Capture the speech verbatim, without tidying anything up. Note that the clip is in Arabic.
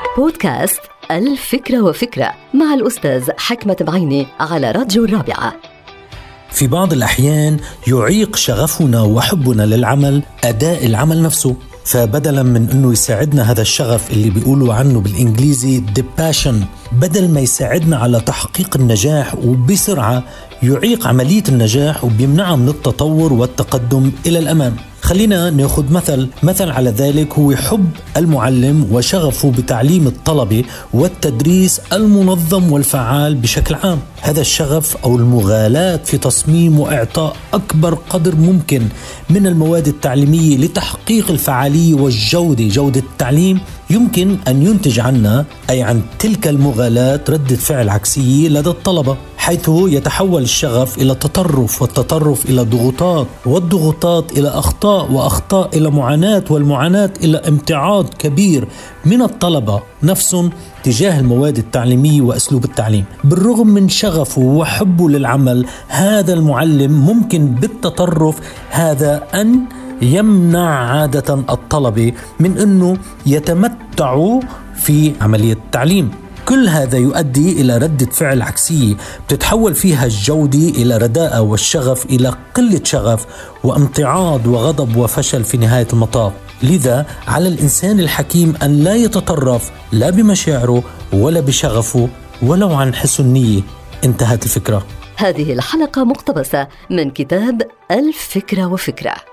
بودكاست الفكرة وفكرة مع الأستاذ حكمة بعيني على راديو الرابعة. في بعض الأحيان يعيق شغفنا وحبنا للعمل أداء العمل نفسه، فبدلا من أنه يساعدنا هذا الشغف اللي بيقولوا عنه بالإنجليزي the passion، بدل ما يساعدنا على تحقيق النجاح وبسرعة يعيق عملية النجاح وبيمنعها من التطور والتقدم إلى الأمام. خلينا نأخذ مثل مثل على ذلك هو حب المعلم وشغفه بتعليم الطلبة والتدريس المنظم والفعال بشكل عام. هذا الشغف أو المغالاة في تصميم وإعطاء أكبر قدر ممكن من المواد التعليمية لتحقيق الفعالية والجودة جودة التعليم يمكن أن ينتج عنا أي عن تلك المغالاة ردة فعل عكسية لدى الطلبة، حيث يتحول الشغف إلى تطرف والتطرف إلى ضغوطات والضغوطات إلى أخطاء وأخطاء إلى معاناة والمعاناة إلى امتعاض كبير من الطلبة نفسهم تجاه المواد التعليمية وأسلوب التعليم. بالرغم من شغفه وحبه للعمل، هذا المعلم ممكن بالتطرف هذا أن يمنع عادة الطلبة من أنه يتمتعوا في عملية التعليم. كل هذا يؤدي إلى ردة فعل عكسية بتتحول فيها الجودة إلى رداءة والشغف إلى قلة شغف وامتعاض وغضب وفشل في نهاية المطاف. لذا على الإنسان الحكيم أن لا يتطرف لا بمشاعره ولا بشغفه ولو عن حسن النية. انتهت الفكرة. هذه الحلقة مقتبسة من كتاب الفكرة وفكرة.